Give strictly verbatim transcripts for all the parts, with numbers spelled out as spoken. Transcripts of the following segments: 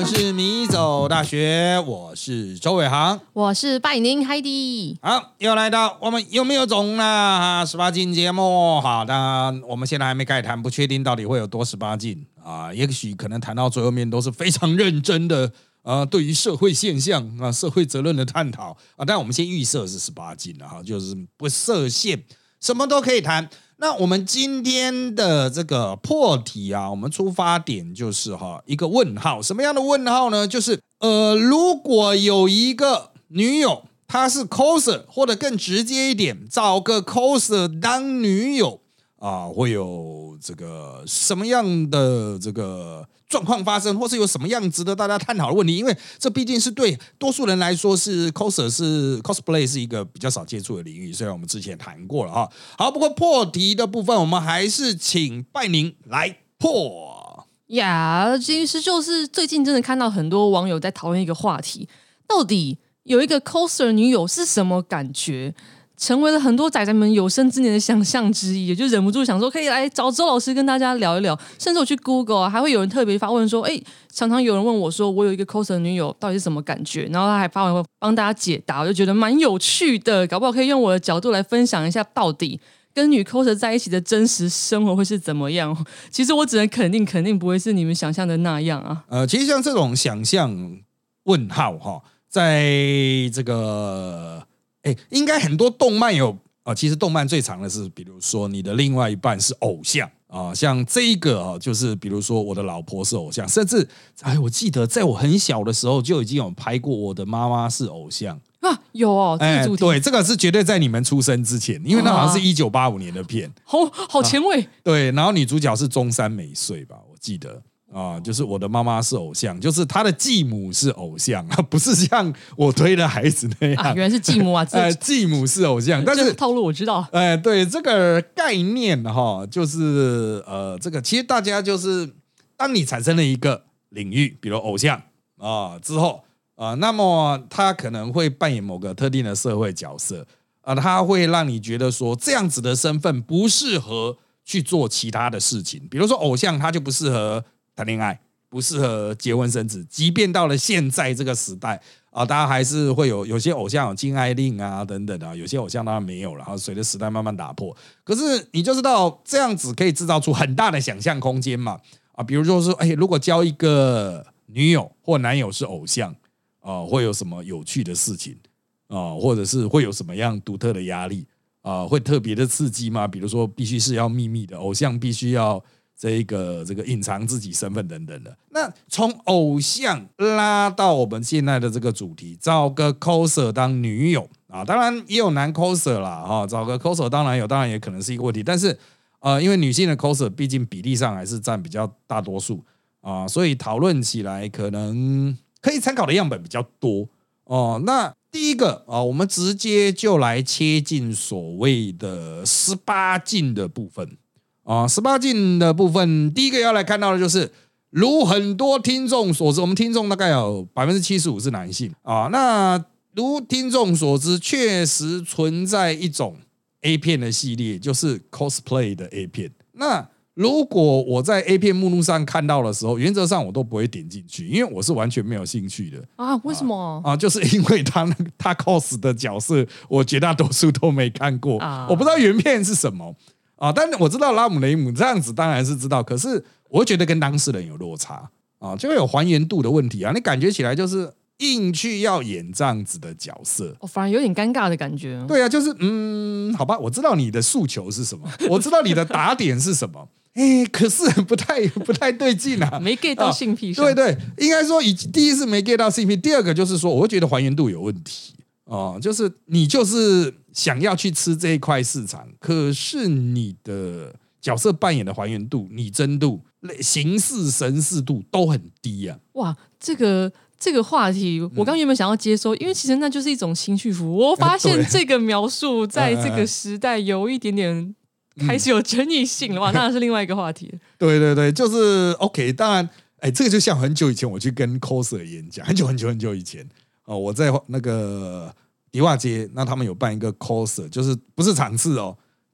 是迷走大学，我是周伟航， 我是拜宁 Heidi。 好，又来到我们有没有种啦十八禁节目。好，当然我们现在还没开谈，不确定到底会有多十八禁啊，也许可能谈到最后面都是非常认真的。呃，对于社会现象啊、社会责任的探讨啊，但我们先预设是十八禁了哈，就是不设限，什么都可以谈。那我们今天的这个破题啊，我们出发点就是哈一个问号，什么样的问号呢？就是呃，如果有一个女友，她是 coser， 或者更直接一点，找个 coser 当女友啊，会有这个什么样的这个状况发生，或是有什么样值得大家探讨的问题？因为这毕竟是对多数人来说是 coser 是 cosplay 是一个比较少接触的领域，虽然我们之前谈过了哈。好，不过破题的部分，我们还是请拜宁来破呀。其实就是最近真的看到很多网友在讨论一个话题，到底有一个 coser 女友是什么感觉？成为了很多宅宅们有生之年的想象之一，也就忍不住想说可以来找周老师跟大家聊一聊。甚至我去 Google 啊，还会有人特别发问说，哎，常常有人问我说，我有一个 coser 女友到底是什么感觉？然后他还发文帮大家解答，我就觉得蛮有趣的，搞不好可以用我的角度来分享一下，到底跟女 coser 在一起的真实生活会是怎么样。其实我只能肯定，肯定不会是你们想象的那样啊。 呃，其实像这种想象问号哈，在这个。欸、应该很多动漫有啊、呃，其实动漫最常的是，比如说你的另外一半是偶像啊、呃，像这一个啊，就是比如说我的老婆是偶像，甚至哎，我记得在我很小的时候就已经有拍过我的妈妈是偶像啊，有哦，这个主题、 欸、对，这个是绝对在你们出生之前，因为那好像是一九八五年的片， 好好前卫、啊。 对，然后女主角是中山美穗吧，我记得。啊，就是我的妈妈是偶像，就是她的继母是偶像，不是像我推的孩子那样。 啊、原来是继母啊！ 呃，继母是偶像，但是套路我知道。 哎、呃，对这个概念哈，就是呃，这个其实大家就是，当你产生了一个领域，比如偶像啊之后啊，那么他可能会扮演某个特定的社会角色啊，他会让你觉得说这样子的身份不适合去做其他的事情，比如说偶像他就不适合谈恋爱，不适合结婚生子，即便到了现在这个时代啊，大家还是会有有些偶像有禁爱令啊等等啊，有些偶像当然没有了，然后随着时代慢慢打破。可是你就知道这样子可以制造出很大的想象空间嘛啊，比如说说，哎，如果交一个女友或男友是偶像啊，会有什么有趣的事情啊，或者是会有什么样独特的压力啊，会特别的刺激吗？比如说必须是要秘密的，偶像必须要。这一个这个隐藏自己身份等等的，那从偶像拉到我们现在的这个主题，找个 coser 当女友啊，当然也有男 coser 啦，哈，找个 coser 当然有，当然也可能是一个问题，但是呃，因为女性的 coser 毕竟比例上还是占比较大多数啊，所以讨论起来可能可以参考的样本比较多哦。那第一个啊，我们直接就来切进所谓的十八禁的部分。啊，十八禁的部分，第一个要来看到的就是，如很多听众所知，我们听众大概有百分之七十五是男性啊。那如听众所知，确实存在一种 A 片的系列，就是 cosplay 的 A 片。那如果我在 A 片目录上看到的时候，原则上我都不会点进去，因为我是完全没有兴趣的啊。为什么啊？就是因为他他 cos 的角色，我绝大多数都没看过，啊、我不知道原片是什么。啊，但我知道拉姆雷姆这样子当然是知道，可是我会觉得跟当事人有落差啊，就会有还原度的问题啊。你感觉起来就是硬去要演这样子的角色， 哦，反而有点尴尬的感觉。 对啊，就是嗯，好吧，我知道你的诉求是什么，我知道你的打点是什么，哎，可是不太不太对劲啊， 没 get 到性癖上、 啊。对对，应该说，第一是没 get 到性癖，第二个就是说，我会觉得还原度有问题。哦，就是你就是想要去吃这一块市场，可是你的角色扮演的还原度、拟真度、形式神似度都很低啊！ 哇，这个这个话题，我刚原本想要接收，因为其实那就是一种情绪服务。我发现这个描述在这个时代有一点点开始有争议性了，哇，那是另外一个话题。 对对对，就是 OK。当然，哎，这个就像很久以前我去跟 coser 演讲，很久很久很久以前。哦，我在那个迪化街，那他们有办一个 coser， 就是不是场次哦，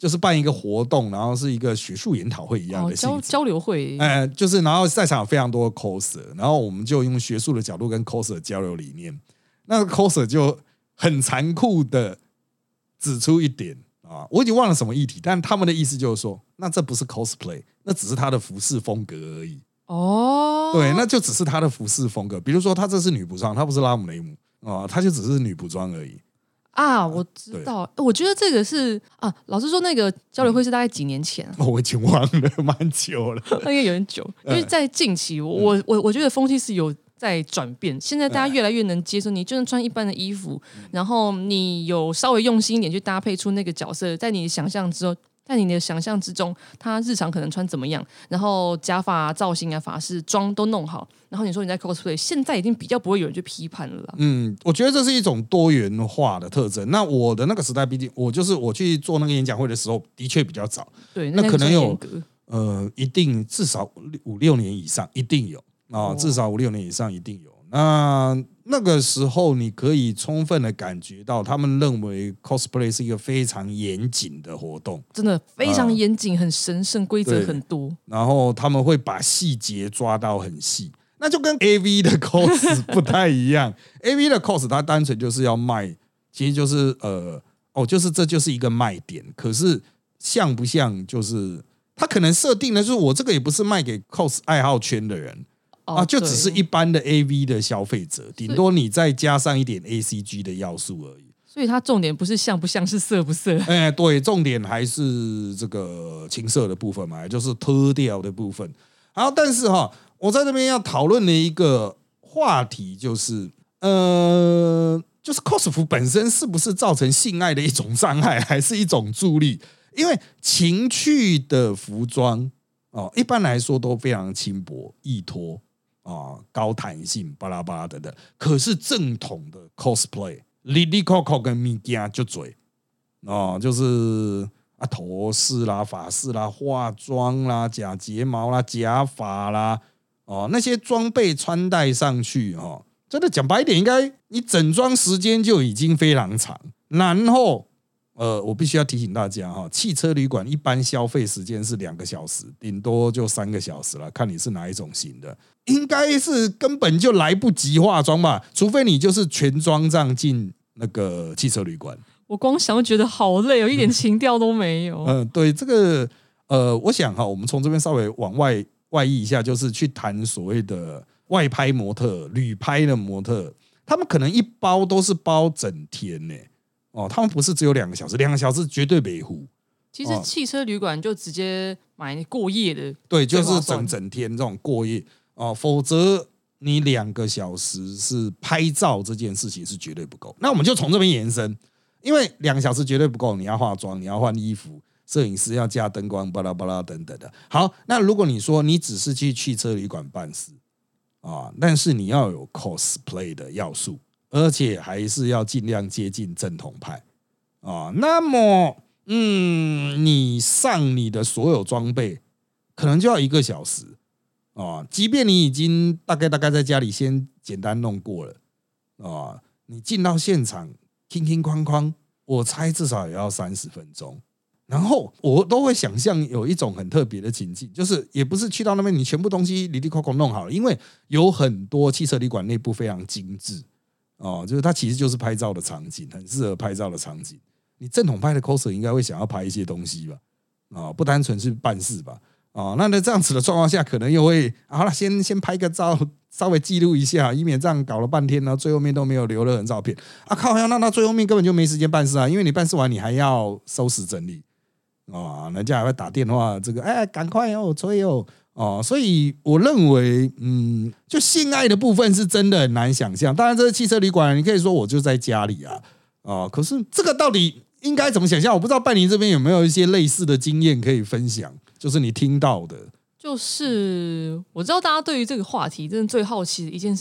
就是办一个活动，然后是一个学术研讨会一样的性质、 哦、交, 交流会， 呃，就是然后在场有非常多的 coser， 然后我们就用学术的角度跟 coser 交流理念。那个 coser 就很残酷的指出一点啊，我已经忘了什么议题，但他们的意思就是说，那这不是 cosplay， 那只是他的服饰风格而已。 哦， 对，那就只是他的服饰风格。比如说，他这是女仆装，他不是拉姆雷姆啊，他就只是女仆装而已。 啊，我知道，我觉得这个是啊，老实说，那个交流会是大概几年前、啊哦、我已经忘了，蛮久了， 那个有点久，因为在近期，我我我觉得风气是有在转变，现在大家越来越能接受，你就算穿一般的衣服，然后你有稍微用心一点去搭配出那个角色，在你的想象之后。在你的想象之中，他日常可能穿怎么样，然后假发、啊、造型啊、发饰、妆都弄好，然后你说你在 cosplay， 现在已经比较不会有人去批判了啦。 嗯，我觉得这是一种多元化的特征。那我的那个时代，毕竟我就是我去做那个演讲会的时候，的确比较早。 对， 那可能有呃，一定至少五六年以上，一定有啊、哦，至少五六年以上一定有。那那个时候，你可以充分的感觉到，他们认为 cosplay 是一个非常严谨的活动， 真的非常严谨、呃，很神圣，规则很多。 然后他们会把细节抓到很细，那就跟 A V 的 cos 不太一样。A V 的 cos 它单纯就是要卖，其实就是呃哦，就是这就是一个卖点。可是像不像，就是它可能设定的就是我这个也不是卖给 cos 爱好圈的人。啊，就只是一般的 A V 的消费者，顶多你再加上一点 A C G 的要素而已。 所以它重点不是像不像，是色不色。 哎，对，重点还是这个情色的部分嘛，就是特调的部分。然后，但是哈，我在这边要讨论的一个话题就是，呃，就是 cos 服本身是不是造成性爱的一种障碍，还是一种助力？因为情趣的服装哦，一般来说都非常轻薄、易脱。啊，高弹性，巴拉巴拉等等。可是正统的 cosplay， 里里扣扣跟物件就嘴哦，就是啊头饰啦、发饰啦、化妆啦、假睫毛啦、假发啦，哦那些装备穿戴上去哦，真的讲白一点，应该你整装时间就已经非常长，然后。呃，我必须要提醒大家哈，汽车旅馆一般消费时间是两个小时，顶多就三个小时了，看你是哪一种型的，应该是根本就来不及化妆吧，除非你就是全装这样进那个汽车旅馆。 我光想就觉得好累哦，一点情调都没有。 嗯、呃，对这个，呃，我想哈，我们从这边稍微往外外溢一下，就是去谈所谓的外拍模特、旅拍的模特，他们可能一包都是包整天呢、欸。哦，他们不是只有两个小时，两个小时绝对没糊。 其实汽车旅馆就直接买过夜的， 对，就是整整天这种过夜哦，否则你两个小时是拍照这件事情是绝对不够。那我们就从这边延伸，因为两个小时绝对不够，你要化妆，你要换衣服，摄影师要加灯光，巴拉巴拉等等的。好，那如果你说你只是去汽车旅馆办事啊，但是你要有 cosplay 的要素。而且还是要尽量接近正统派啊，那么嗯，你上你的所有装备可能就要一个小时啊，即便你已经大概大概在家里先简单弄过了啊，你进到现场哐哐哐哐，我猜至少也要三十分钟。然后我都会想象有一种很特别的情境，就是也不是去到那边你全部东西里里扣扣弄好了，因为有很多汽车旅馆内部非常精致。哦，就是它其实就是拍照的场景，很适合拍照的场景。你正统派的 coser 应该会想要拍一些东西吧？啊、哦，不单纯是办事吧？啊、哦，那在这样子的状况下，可能又会好了，先先拍个照，稍微记录一下，以免这样搞了半天，然后最后面都没有留任何照片啊！靠，要那那最后面根本就没时间办事啊，因为你办事完你还要收拾整理啊、哦，人家还会打电话，这个哎，赶快哦，催哦。哦，所以我认为，嗯，就性爱的部分是真的很难想象。当然，这是汽车旅馆，你可以说我就在家里啊，哦，可是这个到底应该怎么想象？我不知道半宁这边有没有一些类似的经验可以分享，就是你听到的。 就是我知道大家对于这个话题真的最好奇的一件事情，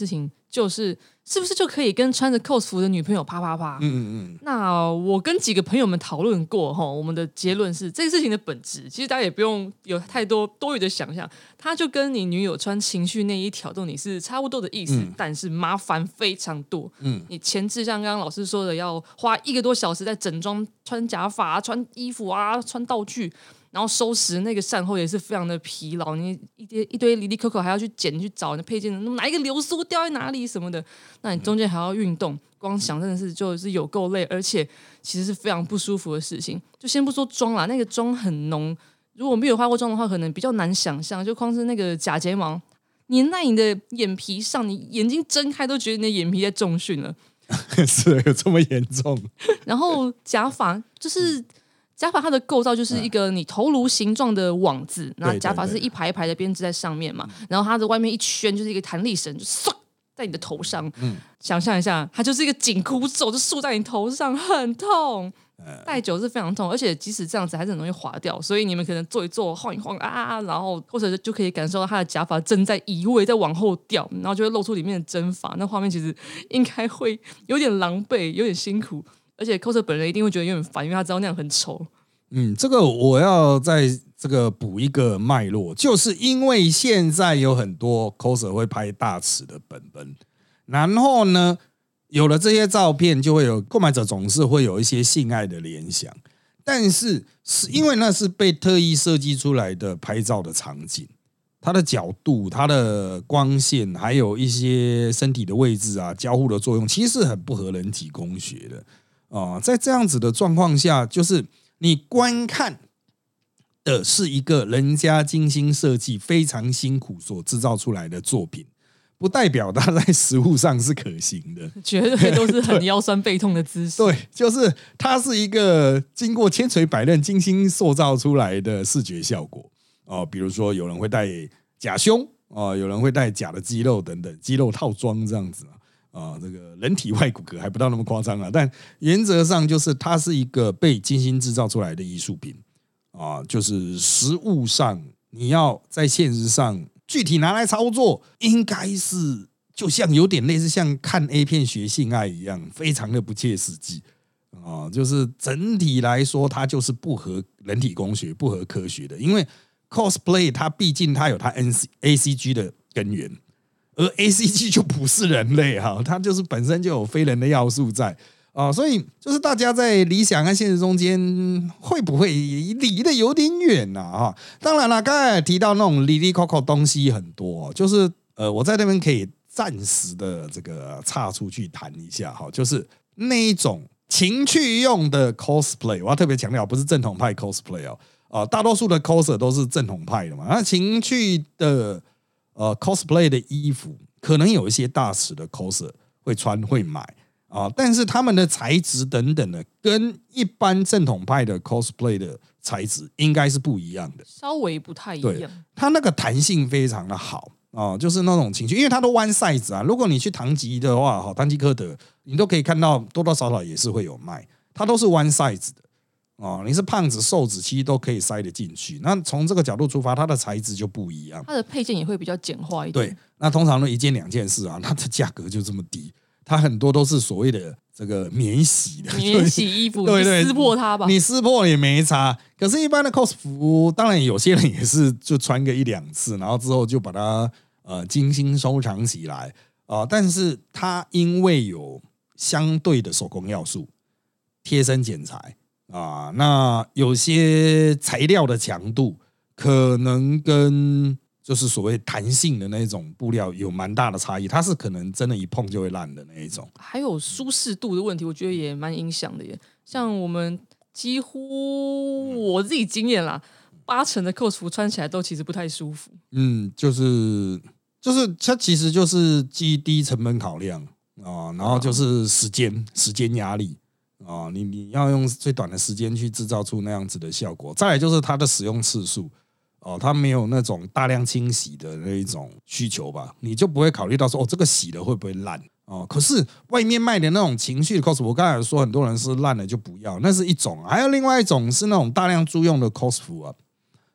就是是不是就可以跟穿着 cos 服的女朋友啪啪啪？ 嗯嗯嗯。 那我跟几个朋友们讨论过哈，我们的结论是这个事情的本质，其实大家也不用有太多多余的想象，它就跟你女友穿情趣内衣挑逗你是差不多的意思，嗯、但是麻烦非常多。嗯，你前置像刚刚老师说的，要花一个多小时在整装、穿假发、穿衣服啊、穿道具。然后收拾那个善后也是非常的疲劳，你一堆一堆离离扣扣还要去捡去找那配件，哪一个流苏掉在哪里什么的，那你中间还要运动，光想真的是就是有够累，而且其实是非常不舒服的事情。就先不说妆啦，那个妆很浓，如果没有化过妆的话，可能比较难想象。就光是那个假睫毛粘在你的眼皮上，你眼睛睁开都觉得你的眼皮在重训了。 是有这么严重？ 然后假发就是。假发它的构造就是一个你头颅形状的网子，那、嗯、假发是一排一排的编织在上面嘛，然后它的外面一圈就是一个弹力绳，就唰在你的头上。嗯，想象一下，它就是一个紧箍咒，就束在你头上，很痛。戴久是非常痛，而且即使这样子还是很容易滑掉，所以你们可能做一做、晃一晃啊，然后或者就可以感受到它的假发正在移位，在往后掉，然后就会露出里面的真发。那画面其实应该会有点狼狈，有点辛苦。而且 coser 本人一定会觉得有点烦，因为他知道那样很丑。 嗯，这个我要在这个补一个脉络，就是因为现在有很多 coser 会拍大尺的本本，然后呢，有了这些照片，就会有购买者总是会有一些性爱的联想，但是是因为那是被特意设计出来的拍照的场景。它的角度、它的光线，还有一些身体的位置啊，交互的作用，其实很不合人体工学的。啊、呃，在这样子的状况下，就是你观看的是一个人家精心设计、非常辛苦所制造出来的作品，不代表它在实物上是可行的， 绝对都是很腰酸背痛的姿势。 对，就是它是一个经过千锤百炼、精心塑造出来的视觉效果哦、呃。比如说，有人会戴假胸哦、呃，有人会戴假的肌肉等等，肌肉套装这样子啊。啊、呃，这个人体外骨骼还不到那么夸张啊，但原则上就是它是一个被精心制造出来的艺术品啊、呃，就是实物上你要在现实上具体拿来操作，应该是就像有点类似像看 A 片学性爱一样，非常的不切实际啊、呃，就是整体来说它就是不合人体工学、不合科学的，因为 cosplay 它毕竟它有它 A C G 的根源。而 A C G 就不是人类哈，它就是本身就有非人的要素在啊、呃，所以就是大家在理想和现实中间会不会离得有点远呐、啊？哈，当然了，刚才提到那种离离扣扣东西很多，就是呃，我在那边可以暂时的这个岔出去谈一下哈，就是那一种情趣用的 cosplay， 我要特别强调，不是正统派 cosplay 哦，啊、呃，大多数的 coser 都是正统派的嘛，那情趣的。呃 ，cosplay 的衣服可能有一些大尺的 coser 会穿会买啊、呃，但是他们的材质等等的，跟一般正统派的 cosplay 的材质应该是不一样的， 稍微不太一样。对， 它那个弹性非常的好啊、呃，就是那种情绪，因为它都 one size 啊。如果你去唐吉的话，哈，唐吉诃德，你都可以看到多多少少也是会有卖，它都是 one size 的。哦，你是胖子瘦子，其实都可以塞得进去。那从这个角度出发，它的材质就不一样， 它的配件也会比较简化一点。 对，那通常呢一件两件事啊，它的价格就这么低，它很多都是所谓的这个免洗的， 免洗衣服，对对，撕破它吧， 你撕破也没差。可是，一般的 cos 服，当然有些人也是就穿个一两次，然后之后就把它呃精心收藏起来啊、呃。但是它因为有相对的手工要素，贴身剪裁。啊，那有些材料的强度可能跟就是所谓弹性的那种布料有蛮大的差异，它是可能真的一碰就会烂的那一种。 还有舒适度的问题，我觉得也蛮影响的耶。像我们几乎我自己经验啦，八成的 cos 服穿起来都其实不太舒服。 嗯，就是就是它其实就是基低成本考量啊，然后就是时间时间压力。哦，你你要用最短的时间去制造出那样子的效果，再来就是它的使用次数哦，它没有那种大量清洗的那一种需求吧，你就不会考虑到说哦，这个洗了会不会烂哦？可是外面卖的那种情绪的 cos， 我刚才说很多人是烂了就不要，那是一种，还有另外一种是那种大量租用的 cos 服啊，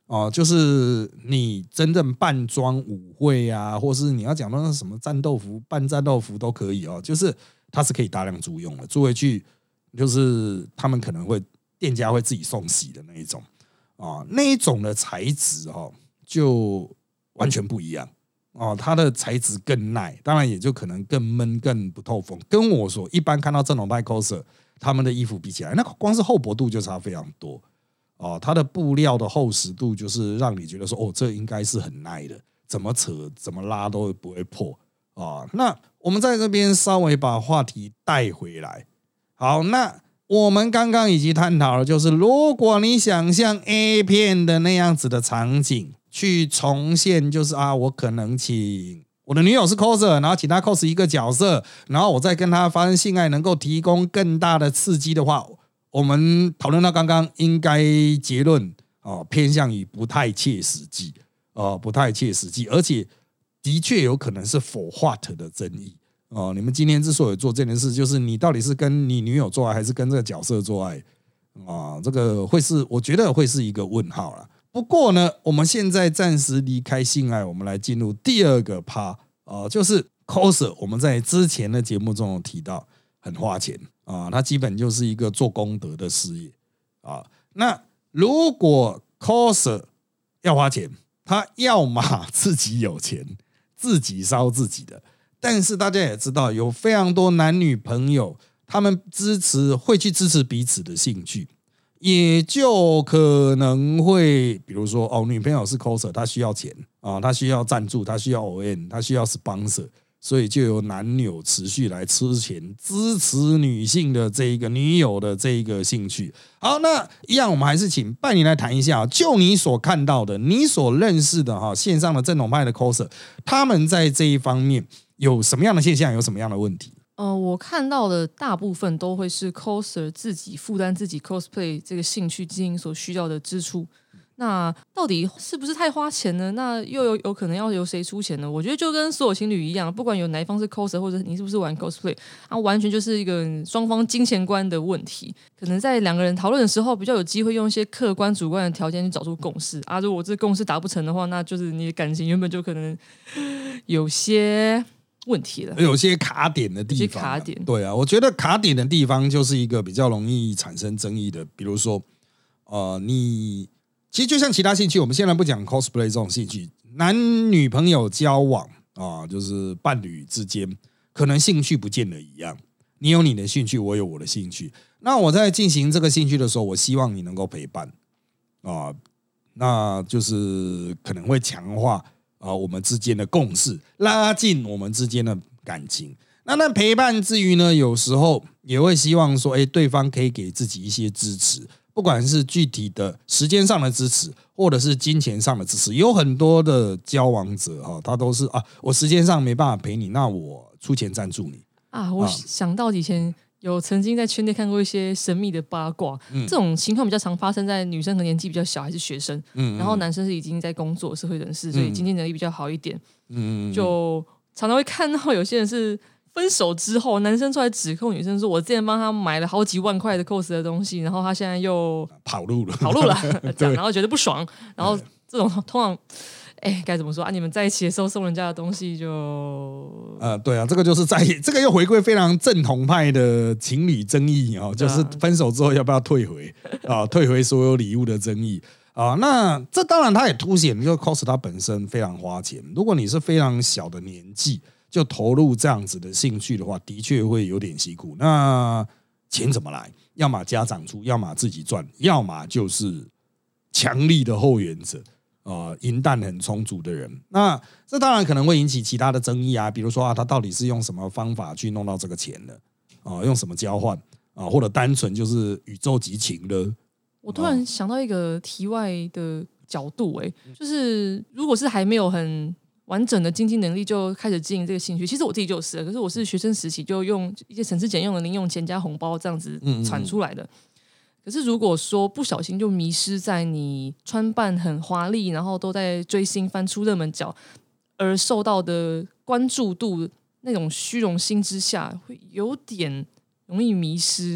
哦，就是你真正扮装舞会啊，或是你要讲到那什么战斗服、扮战斗服都可以哦，就是它是可以大量租用的，租回去就是他们可能会店家会自己送洗的那一种啊，那一种的材质哦，就完全不一样哦，它的材质更耐，当然也就可能更闷、更不透风，跟我所一般看到正统派 coser 他们的衣服比起来，那光是厚薄度就差非常多。哦，它的布料的厚实度就是让你觉得说，哦，这应该是很耐的，怎么扯怎么拉都不会破啊。那我们在这边稍微把话题带回来。好，那我们刚刚已经探讨了，就是如果你想象 A 片的那样子的场景去重现，就是啊，我可能请我的女友是 coser， 然后请她 cos 一个角色，然后我再跟她发生性爱，能够提供更大的刺激的话。我们讨论到刚刚，应该结论哦偏向于不太切实际哦，不太切实际，而且的确有可能是 for what 的争议哦。你们今天之所以做这件事，就是你到底是跟你女友做爱，还是跟这个角色做爱啊？这个会是我觉得会是一个问号啦。不过呢，我们现在暂时离开性爱，我们来进入第二个 part 啊，就是 coser。我们在之前的节目中有提到，很花钱。啊，它基本就是一个做功德的事业啊。那如果 coser 要花钱，他要么自己有钱，自己烧自己的。但是大家也知道，有非常多男女朋友，他们支持会去支持彼此的兴趣，也就可能会，比如说哦，女朋友是 coser， 她需要钱啊，她需要赞助，她需要 O M， 她需要 sponsor。所以就有男友持续来吃钱支持女性的这一个女友的这一个兴趣。好，那一样我们还是请拜尼来谈一下，就你所看到的，你所认识的哈线上的正统派的 coser， 他们在这一方面有什么样的现象，有什么样的问题？ 呃，我看到的大部分都会是 coser 自己负担自己 cosplay 这个兴趣经营所需要的支出。那到底是不是太花钱呢？那又有有可能要由谁出钱呢？我觉得就跟所有情侣一样，不管有哪一方是 coser， 或者你是不是玩 cosplay， 啊，完全就是一个双方金钱观的问题。可能在两个人讨论的时候，比较有机会用一些客观主观的条件去找出共识啊。如果这共识达不成的话，那就是你的感情原本就可能有些问题了， 有些卡点的地方、啊， 卡点。 对啊，我觉得卡点的地方就是一个比较容易产生争议的，比如说，呃，你。其实就像其他兴趣，我们现在不讲 cosplay 这种兴趣，男女朋友交往啊，就是伴侣之间，可能兴趣不见得一样。你有你的兴趣，我有我的兴趣。那我在进行这个兴趣的时候，我希望你能够陪伴啊，那就是可能会强化啊我们之间的共识，拉近我们之间的感情。那那陪伴之余呢，有时候也会希望说，哎，对方可以给自己一些支持。不管是具体的时间上的支持，或者是金钱上的支持，有很多的交往者哈，他都是啊，我时间上没办法陪你，那我出钱赞助你啊。我想到以前有曾经在圈内看过一些神秘的八卦，嗯、这种情况比较常发生在女生和年纪比较小还是学生，嗯嗯然后男生是已经在工作社会人士，所以经济能力比较好一点，嗯就常常会看到有些人是。分手之后，男生出来指控女生说：“我之前帮他买了好几万块的 cos 的东西，然后他现在又跑路了， 跑路了，然后觉得不爽。然后这种通常，哎，该怎么说啊？你们在一起的时候送人家的东西就…… 呃，对啊，这个就是在这个又回归非常正统派的情侣争议啊、哦，就是分手之后要不要退回啊？退回所有礼物的争议啊。那这当然它也凸显，就 cos 它本身非常花钱。如果你是非常小的年纪。就投入这样子的兴趣的话，的确会有点辛苦。那钱怎么来？要么家长出，要么自己赚，要么就是强力的后援者啊、呃，银弹很充足的人。那这当然可能会引起其他的争议啊，比如说啊，他到底是用什么方法去弄到这个钱的啊、呃？用什么交换啊？或者单纯就是宇宙级情的？ 我突然想到一个题外的角度、欸，哎，就是如果是还没有很。完整的经济能力就开始经营这个兴趣，其实我自己就是了，可是我是学生时期就用一些省吃俭用的零用钱加红包这样子产出来的。嗯嗯可是如果说不小心就迷失在你穿扮很华丽，然后都在追星翻出热门角而受到的关注度那种虚荣心之下，会有点容易迷失。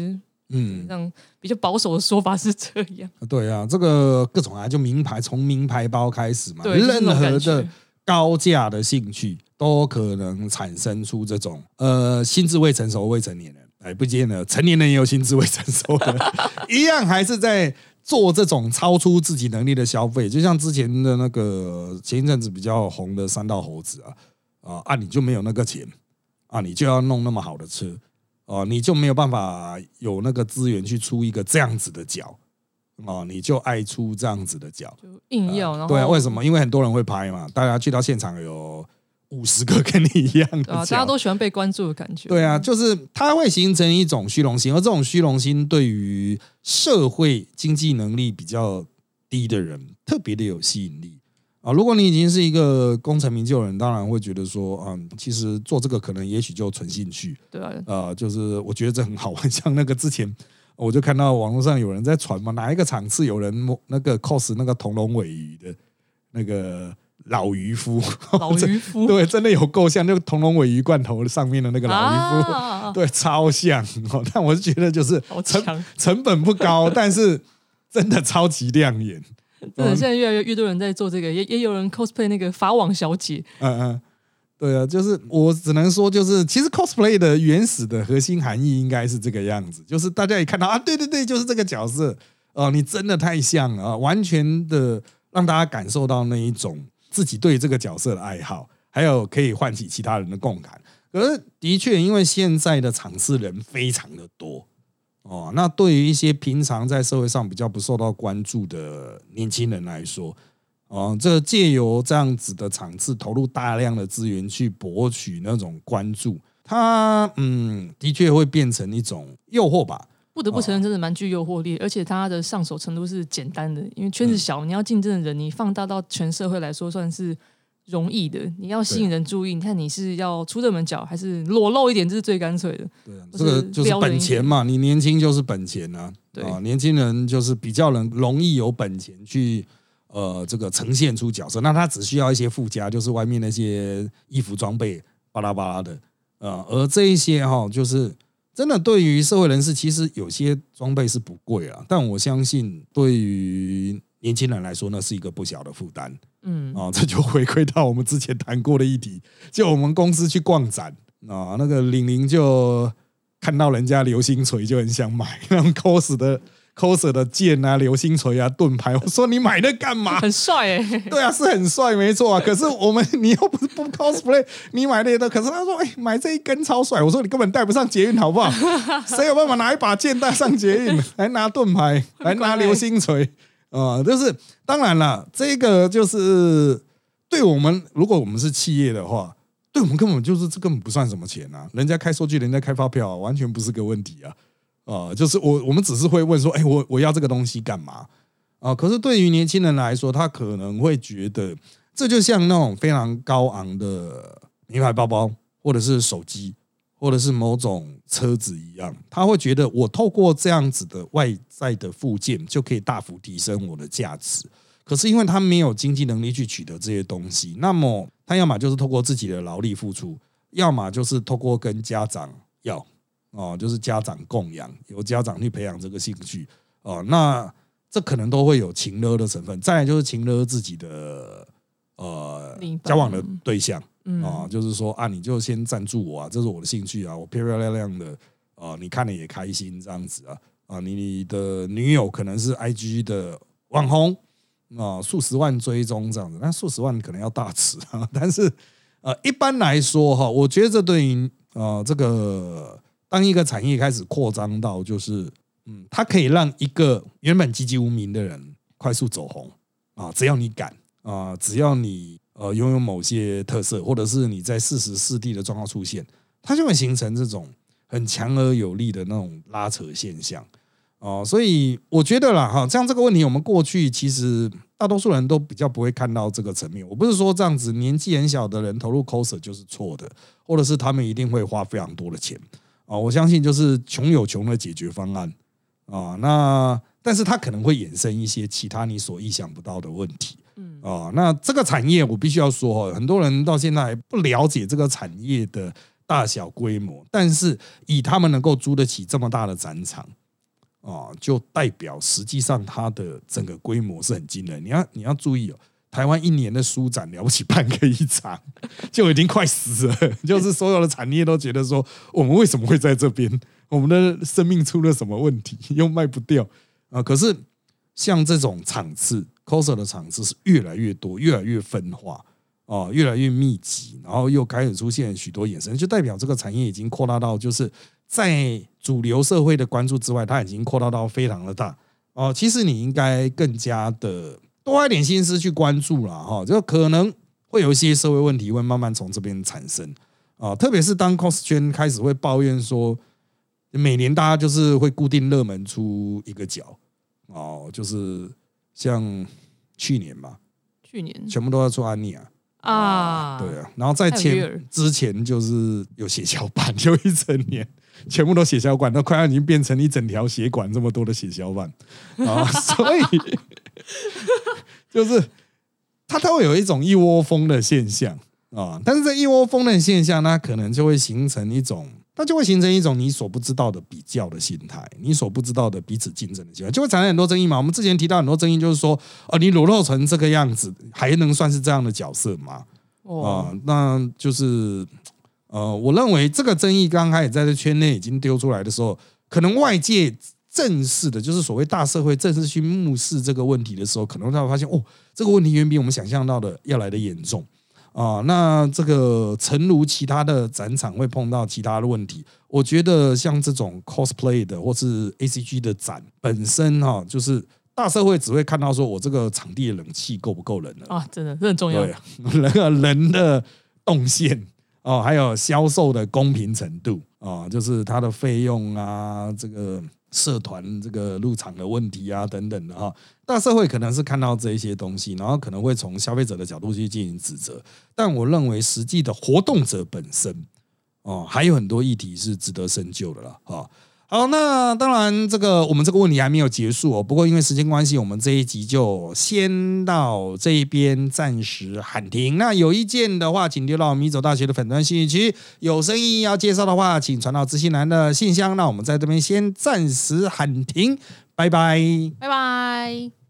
嗯，让比较保守的说法是这样。 对啊，这个各种啊，就名牌，从名牌包开始嘛，任何的高价的兴趣都可能产生出这种呃心智未成熟未成年人，哎，不见得成年人也有心智未成熟的，一样还是在做这种超出自己能力的消费。就像之前的那个前一阵子比较红的三道猴子啊，啊，啊你就没有那个钱啊，你就要弄那么好的车。哦，你就没有办法有那个资源去出一个这样子的脚，哦，你就爱出这样子的脚， 就硬要。呃、然后对啊，为什么？因为很多人会拍嘛，大家去到现场有五十个跟你一样的脚， 啊，大家都喜欢被关注的感觉。 对啊，就是它会形成一种虚荣心，而这种虚荣心对于社会经济能力比较低的人特别的有吸引力。啊，如果你已经是一个功成名就的人，当然会觉得说，嗯，其实做这个可能也许就纯兴趣。 对啊， 呃，就是我觉得这很好玩。像那个之前我就看到网络上有人在传嘛，哪一个场次有人那个 cos 那个同龙尾鱼的那个老渔夫， 老渔夫对，真的有够像那个同龙尾鱼罐头上面的那个老渔夫，啊、对，超像。但我是觉得就是成成本不高，但是真的超级亮眼。 真的，现在越来越越多人在做这个，也也有人 cosplay 那个法网小姐。 嗯嗯，对啊，就是我只能说，就是其实 cosplay 的原始的核心含义应该是这个样子，就是大家一看到啊，对对对，就是这个角色哦、呃，你真的太像了、啊，完全的让大家感受到那一种自己对这个角色的爱好，还有可以唤起其他人的共感。可是的确，因为现在的场次人非常的多。哦，那对于一些平常在社会上比较不受到关注的年轻人来说，哦，这借由这样子的场次，投入大量的资源去博取那种关注，它嗯，的确会变成一种诱惑吧。 不得不承认，真的蛮具诱惑力，而且它的上手程度是简单的，因为圈子小，你要竞争的人，你放大到全社会来说，算是容易的。你要吸引人注意，你看你是要出热门角还是裸露一点，这是最干脆的。 对啊，这个就是本钱嘛，你年轻就是本钱啊。 对啊，年轻人就是比较能容易有本钱去呃这个呈现出角色，那他只需要一些附加，就是外面那些衣服装备巴拉巴拉的啊、呃，而这一些哈、哦，就是真的对于社会人士，其实有些装备是不贵啊，但我相信对于年轻人来说，那是一个不小的负担。嗯，啊，这就回归到我们之前谈过的议题，就我们公司去逛展啊，那个玲玲就看到人家流星锤就很想买，那种 cos 的 cos 的剑啊、流星锤啊、盾牌，我说你买那干嘛？ 很帅哎、欸， 对啊，是很帅，没错啊。可是我们你又不是不 cosplay， 你买那些的，可是他说，哎、欸，买这一根超帅。我说你根本带不上捷运，好不好？谁有办法拿一把剑带上捷运？来拿盾牌，来拿流星锤。啊、呃，就是当然了，这个就是对我们，如果我们是企业的话，对我们根本就是这根本不算什么钱啊，人家开收据，人家开发票、啊，完全不是个问题啊。啊、呃，就是我我们只是会问说，哎、欸，我我要这个东西干嘛啊、呃？可是对于年轻人来说，他可能会觉得这就像那种非常高昂的名牌包包，或者是手机，或者是某种车子一样，他会觉得我透过这样子的外在的附件就可以大幅提升我的价值。可是因为他没有经济能力去取得这些东西，那么他要么就是透过自己的劳力付出，要么就是透过跟家长要哦，就是家长供养，由家长去培养这个兴趣哦。那这可能都会有情勒的成分。再来就是情勒自己的呃交往的对象。嗯、啊，就是说啊，你就先赞助我啊，这是我的兴趣啊，我漂漂亮亮的啊，你看了也开心这样子啊啊，你的女友可能是 I G 的网红啊，数十万追踪这样子，那数十万可能要大尺啊，但是呃，一般来说哈，我觉得这对于呃这个当一个产业开始扩张到就是嗯，它可以让一个原本籍籍无名的人快速走红啊，只要你敢啊，只要你。呃，拥有某些特色，或者是你在适时适地的状况出现，它就会形成这种很强而有力的那种拉扯现象哦、呃。所以我觉得啦，哈，这样这个问题，我们过去其实大多数人都比较不会看到这个层面。我不是说这样子年纪很小的人投入 coser 就是错的，或者是他们一定会花非常多的钱啊、呃。我相信就是穷有穷的解决方案啊、呃。那但是它可能会衍生一些其他你所意想不到的问题。嗯啊，那这个产业我必须要说，很多人到现在还不了解这个产业的大小规模，但是以他们能够租得起这么大的展场啊，就代表实际上它的整个规模是很惊人。你要你要注意哦，台湾一年的书展了不起半个一场，就已经快死了。就是所有的产业都觉得说，我们为什么会在这边？我们的生命出了什么问题？又卖不掉啊！可是像这种场次 ，coser 的场次是越来越多，越来越分化。哦，越来越密集，然后又开始出现许多衍生，就代表这个产业已经扩大到，就是在主流社会的关注之外，它已经扩大到非常的大哦。其实你应该更加的多花一点心思去关注啦，哈，就可能会有一些社会问题会慢慢从这边产生啊。特别是当 cos 圈开始会抱怨说，每年大家就是会固定热门出一个角哦，就是像去年嘛， 去年全部都要出安妮啊。 啊， 对啊，然后在前之前就是有血小板，有一整年全部都血小板，都快要已经变成一整条血管这么多的血小板啊，所以就是它都会有一种一窝蜂的现象啊，但是这一窝蜂的现象，它可能就会形成一种。它就会形成一种你所不知道的比较的心态，你所不知道的彼此竞争的心态，就会产生很多争议嘛。我们之前提到很多争议，就是说，哦，你裸露成这个样子，还能算是这样的角色吗？哦、呃，那就是呃，我认为这个争议刚开始在这圈内已经丢出来的时候，可能外界正视的，就是所谓大社会正式去目视这个问题的时候，可能他会发现，哦，这个问题远比我们想象到的要来的严重。啊，那这个诚如其他的展场会碰到其他的问题，我觉得像这种 cosplay 的或是 A C G 的展本身哈，就是大社会只会看到说我这个场地的冷气够不够冷了啊，真的这很重要。 对，那个人的动线哦，还有销售的公平程度啊，就是它的费用啊，这个社团这个入场的问题啊等等的哈。大社会可能是看到这一些东西，然后可能会从消费者的角度去进行指责，但我认为实际的活动者本身哦，还有很多议题是值得深究的啦。哈，好，那当然这个我们这个问题还没有结束哦，不过因为时间关系，我们这一集就先到这一边暂时喊停。那有意见的话，请丢到米走大学的粉专信息区，有生意要介绍的话，请传到知心男的信箱。那我们在这边先暂时喊停，拜拜， 拜拜。